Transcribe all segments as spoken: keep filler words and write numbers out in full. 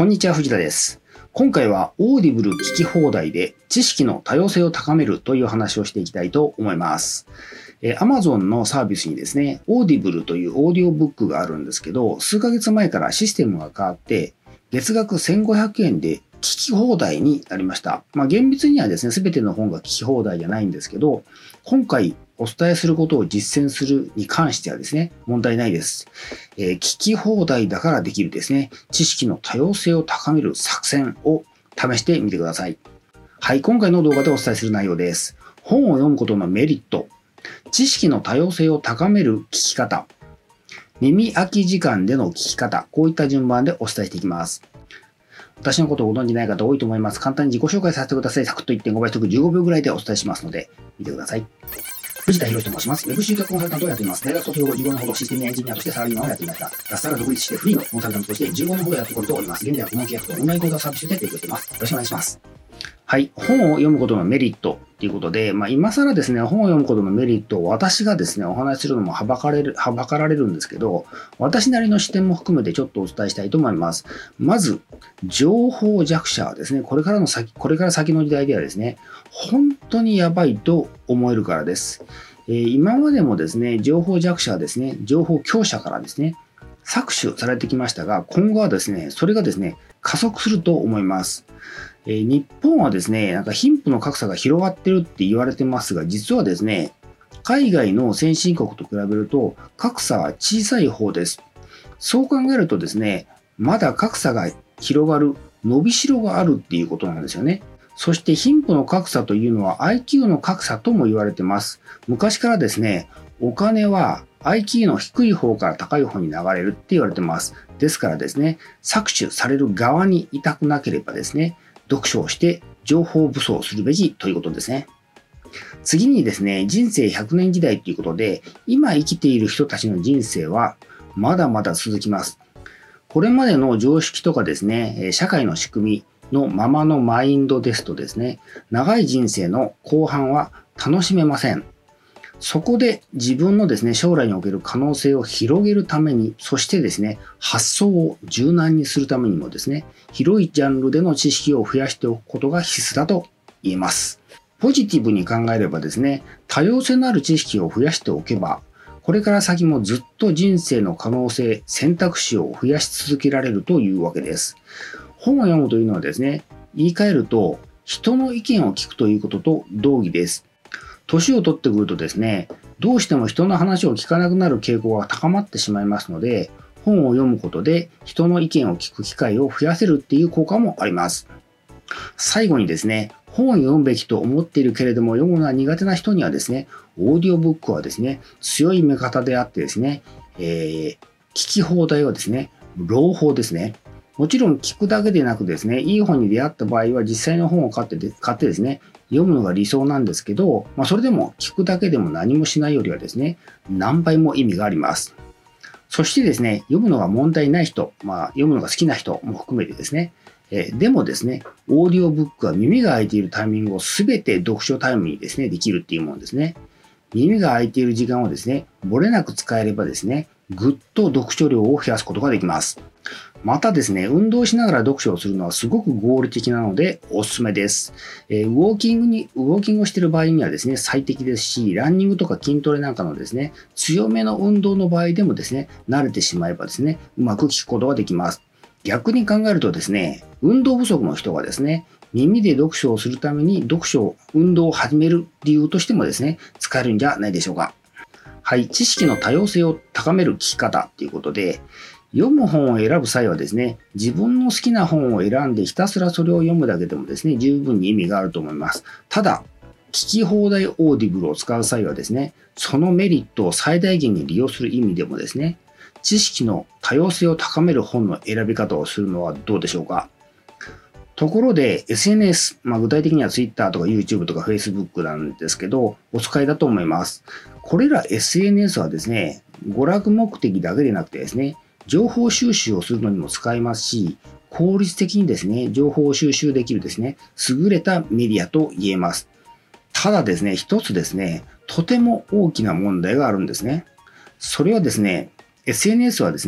こんにちは、藤田です。今回はオーディブル聞き放題で知識の多様性を高めるという話をしていきたいと思います。えー、Amazon のサービスにですね、オーディブルというオーディオブックがあるんですけど、数ヶ月前からシステムが変わって、月額せんごひゃくえんで聞き放題になりました。まあ、厳密にはですね、すべての本が聞き放題じゃないんですけど、今回お伝えすることを実践するに関してはですね、問題ないです。えー、聞き放題だからできるですね、知識の多様性を高める作戦を試してみてください。はい、今回の動画でお伝えする内容です。本を読むことのメリット、知識の多様性を高める聞き方、耳空き時間での聞き方、こういった順番でお伝えしていきます。私のことをご存じない方多いと思います。簡単に自己紹介させてください。サクッと いってんご 倍速じゅうごびょうぐらいでお伝えしますので、見てください。藤田博と申します。ウェブ集客コンサルタントをやっています。大学卒業後じゅうごねんほどシステムエンジニアとしてサラリーマンをやっていました。脱サラ独立してフリーのコンサルタントとしてじゅうごねんほどやってこれております。現在は顧問契約とオンライン講座サービスで提供しています。よろしくお願いします。はい。本を読むことのメリットということで、まあ、今更ですね、本を読むことのメリットを私がですね、お話しするのもはばかれる、はばかられるんですけど、私なりの視点も含めてちょっとお伝えしたいと思います。まず、情報弱者はですね、これからの先、これから先の時代ではですね、本当にやばいと思えるからです。えー、今までもですね、情報弱者はですね、情報強者からですね、搾取されてきましたが、今後はですね、それがですね、加速すると思います。えー、日本はですね、なんか貧富の格差が広がってるって言われてますが、実はですね、海外の先進国と比べると格差は小さい方です。そう考えるとですね、まだ格差が広がる、伸びしろがあるっていうことなんですよね。そして貧富の格差というのは アイキュー の格差とも言われてます。昔からですね、お金は アイキュー の低い方から高い方に流れるって言われてます。ですからですね、搾取される側にいたくなければですね、読書をして情報武装するべきということですね。次にですね、人生ひゃくねん時代ということで、今生きている人たちの人生はまだまだ続きます。これまでの常識とかですね、社会の仕組みのままのマインドですとですね、長い人生の後半は楽しめません。そこで自分のですね、将来における可能性を広げるために、そしてですね、発想を柔軟にするためにもですね、広いジャンルでの知識を増やしておくことが必須だと言えます。ポジティブに考えればですね、多様性のある知識を増やしておけば、これから先もずっと人生の可能性、選択肢を増やし続けられるというわけです。本を読むというのはですね、言い換えると、人の意見を聞くということと同義です。年を取ってくるとですね、どうしても人の話を聞かなくなる傾向が高まってしまいますので、本を読むことで人の意見を聞く機会を増やせるっていう効果もあります。最後にですね、本を読むべきと思っているけれども読むのは苦手な人にはですね、オーディオブックはですね、強い味方であってですね、えー、聞き放題はですね、朗報ですね。もちろん聞くだけでなくですね、いい本に出会った場合は実際の本を買ってで買ってですね、読むのが理想なんですけど、まあ、それでも聞くだけでも何もしないよりはですね、何倍も意味があります。そしてですね、読むのが問題ない人、まあ、読むのが好きな人も含めてですね、えでもですね、オーディオブックは耳が開いているタイミングをすべて読書タイムにですね、できるっていうものですね。耳が開いている時間をですね、漏れなく使えればですね、ぐっと読書量を増やすことができます。またですね、運動しながら読書をするのはすごく合理的なのでおすすめです。えー、ウォーキングに、ウォーキングをしている場合にはですね、最適ですし、ランニングとか筋トレなんかのですね、強めの運動の場合でもですね、慣れてしまえばですね、うまく聞くことができます。逆に考えるとですね、運動不足の人がですね、耳で読書をするために読書、運動を始める理由としてもですね、使えるんじゃないでしょうか。はい、知識の多様性を高める聞き方ということで、読む本を選ぶ際はですね、自分の好きな本を選んでひたすらそれを読むだけでもですね、十分に意味があると思います。ただ、聞き放題オーディブルを使う際はですね、そのメリットを最大限に利用する意味でもですね、知識の多様性を高める本の選び方をするのはどうでしょうか。ところで エスエヌエス、まあ、具体的には Twitter とか YouTube とか Facebook なんですけど、お使いだと思います。これら エスエヌエス はですね、娯楽目的だけでなくてですね、情報収集をするのにも使えますし、効率的にですね、情報を収集できるですね、優れたメディアと言えます。ただですね、一つですね、とても大きな問題があるんですね。それはですね、エスエヌエス はですね、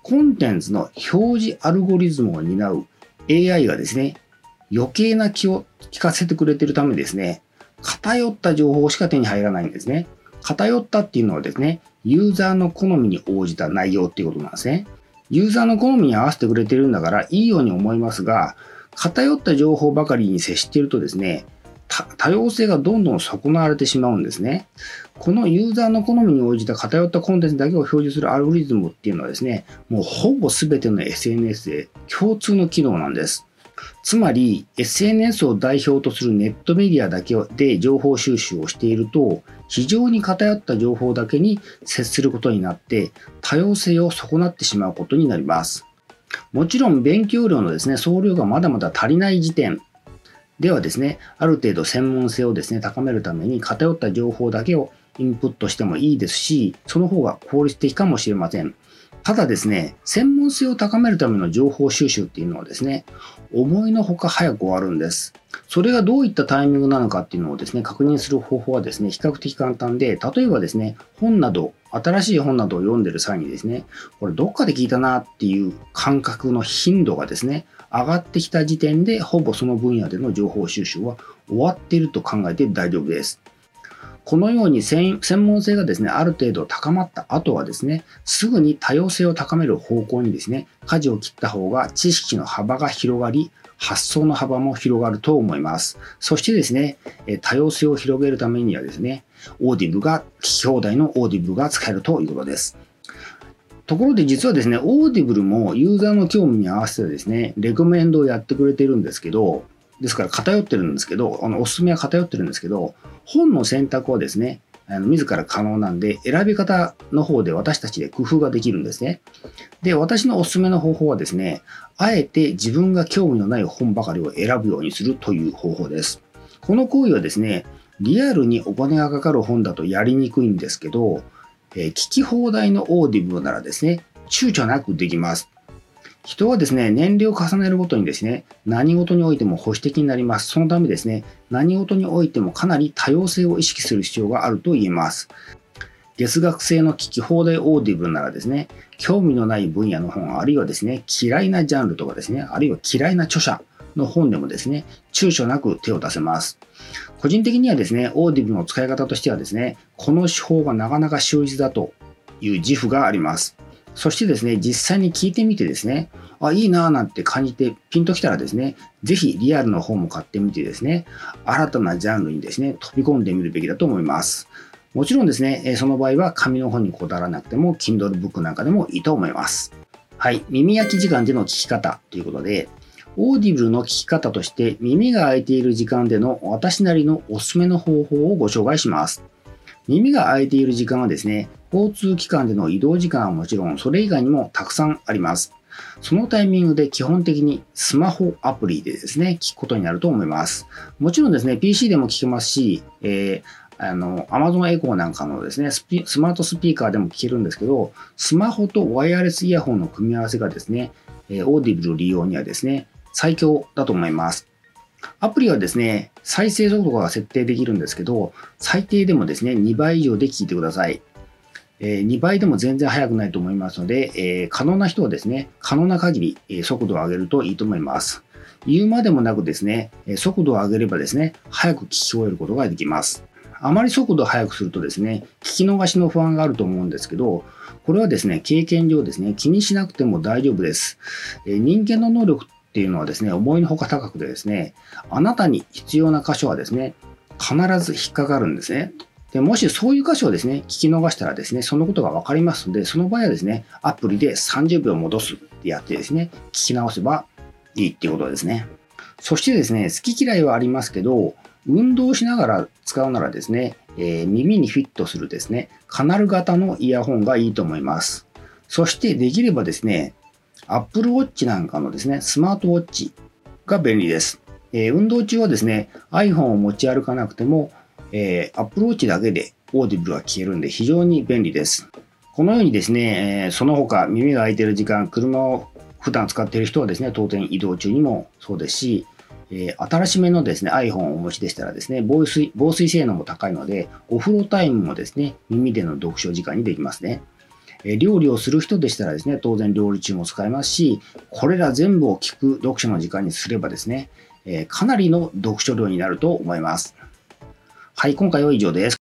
コンテンツの表示アルゴリズムを担う エーアイ がですね、余計な気を利かせてくれているためですね、偏った情報しか手に入らないんですね。偏ったっていうのはですね、ユーザーの好みに応じた内容っていうことなんですね。ユーザーの好みに合わせてくれてるんだからいいように思いますが、偏った情報ばかりに接しているとですね、多様性がどんどん損なわれてしまうんですね。このユーザーの好みに応じた偏ったコンテンツだけを表示するアルゴリズムっていうのはですね、もうほぼ全ての エスエヌエス で共通の機能なんです。つまり エスエヌエス を代表とするネットメディアだけで情報収集をしていると、非常に偏った情報だけに接することになって多様性を損なってしまうことになります。もちろん勉強量のですね、総量がまだまだ足りない時点ではですね、ある程度専門性をですね、高めるために偏った情報だけをインプットしてもいいですし、その方が効率的かもしれません。ただですね、専門性を高めるための情報収集っていうのはですね、思いのほか早く終わるんです。それがどういったタイミングなのかっていうのをですね、確認する方法はですね、比較的簡単で、例えばですね、本など、新しい本などを読んでる際にですね、これどっかで聞いたなっていう感覚の頻度がですね、上がってきた時点で、ほぼその分野での情報収集は終わっていると考えて大丈夫です。このように専門性がですね、ある程度高まった後はですね、すぐに多様性を高める方向にですね、舵を切った方が知識の幅が広がり、発想の幅も広がると思います。そしてですね、多様性を広げるためにはですね、オーディブが、聞き放題のオーディブが使えるということです。ところで実はですね、オーディブルもユーザーの興味に合わせてですね、レコメンドをやってくれてるんですけど、ですから偏ってるんですけど、あのおすすめは偏ってるんですけど、本の選択はですね、あの自ら可能なんで、選び方の方で私たちで工夫ができるんですね。で、私のおすすめの方法はですね、あえて自分が興味のない本ばかりを選ぶようにするという方法です。この行為はですね、リアルにお金がかかる本だとやりにくいんですけど、えー、聞き放題のオーディブルならですね、躊躇なくできます。人はですね、年齢を重ねるごとにですね、何事においても保守的になります。そのためですね、何事においてもかなり多様性を意識する必要があると言えます。月額制の聞き放題オーディブルならですね、興味のない分野の本、あるいはですね、嫌いなジャンルとかですね、あるいは嫌いな著者の本でもですね、躊躇なく手を出せます。個人的にはですね、オーディブルの使い方としてはですね、この手法がなかなか秀逸だという自負があります。そしてですね、実際に聞いてみてですね、あ、いいなぁなんて感じてピンときたらですね、ぜひリアルの本も買ってみてですね、新たなジャンルにですね、飛び込んでみるべきだと思います。もちろんですね、その場合は紙の本にこだわらなくても、Kindle ブックなんかでもいいと思います。はい、耳焼き時間での聞き方ということで、オーディブルの聞き方として耳が開いている時間での私なりのおすすめの方法をご紹介します。耳が開いている時間はですね、交通機関での移動時間はもちろん、それ以外にもたくさんあります。そのタイミングで基本的にスマホアプリでですね、聞くことになると思います。もちろんですね、ピーシー でも聞けますし、えー、あの、Amazon Echo なんかのですねスピ、スマートスピーカーでも聞けるんですけど、スマホとワイヤレスイヤホンの組み合わせがですね、えー、オーディブル利用にはですね、最強だと思います。アプリはですね、再生速度が設定できるんですけど、最低でもですね、にばい以上で聞いてください。えー、にばいでも全然速くないと思いますので、えー、可能な人はですね、可能な限り、えー、速度を上げるといいと思います。言うまでもなくですね、速度を上げればですね、早く聞き終えることができます。あまり速度を速くするとですね、聞き逃しの不安があると思うんですけど、これはですね、経験上ですね、気にしなくても大丈夫です。えー、人間の能力っていうのはですね、思いのほか高くてですね、あなたに必要な箇所はですね、必ず引っかかるんですね。でもしそういう箇所をですね、聞き逃したらですね、そのことが分かりますので、その場合はですね、アプリでさんじゅうびょう戻すってやってですね、聞き直せばいいっていうことですね。そしてですね、好き嫌いはありますけど、運動しながら使うならですね、えー、耳にフィットするですね、カナル型のイヤホンがいいと思います。そしてできればですね、Apple Watch なんかのですね、スマートウォッチが便利です。えー、運動中はですね、iPhone を持ち歩かなくても、えー、Apple Watch だけで Audible が聞けるんで非常に便利です。このようにですね、えー、その他耳が開いている時間、車を普段使っている人はですね、当然移動中にもそうですし、えー、新しめのですね、iPhone をお持ちでしたらですね、防水、防水性能も高いので、お風呂タイムもですね、耳での読書時間にできますね。 え料理をする人でしたらですね、当然料理中も使えますし、これら全部を聞く読書の時間にすればですね、えかなりの読書量になると思います。はい、今回は以上です。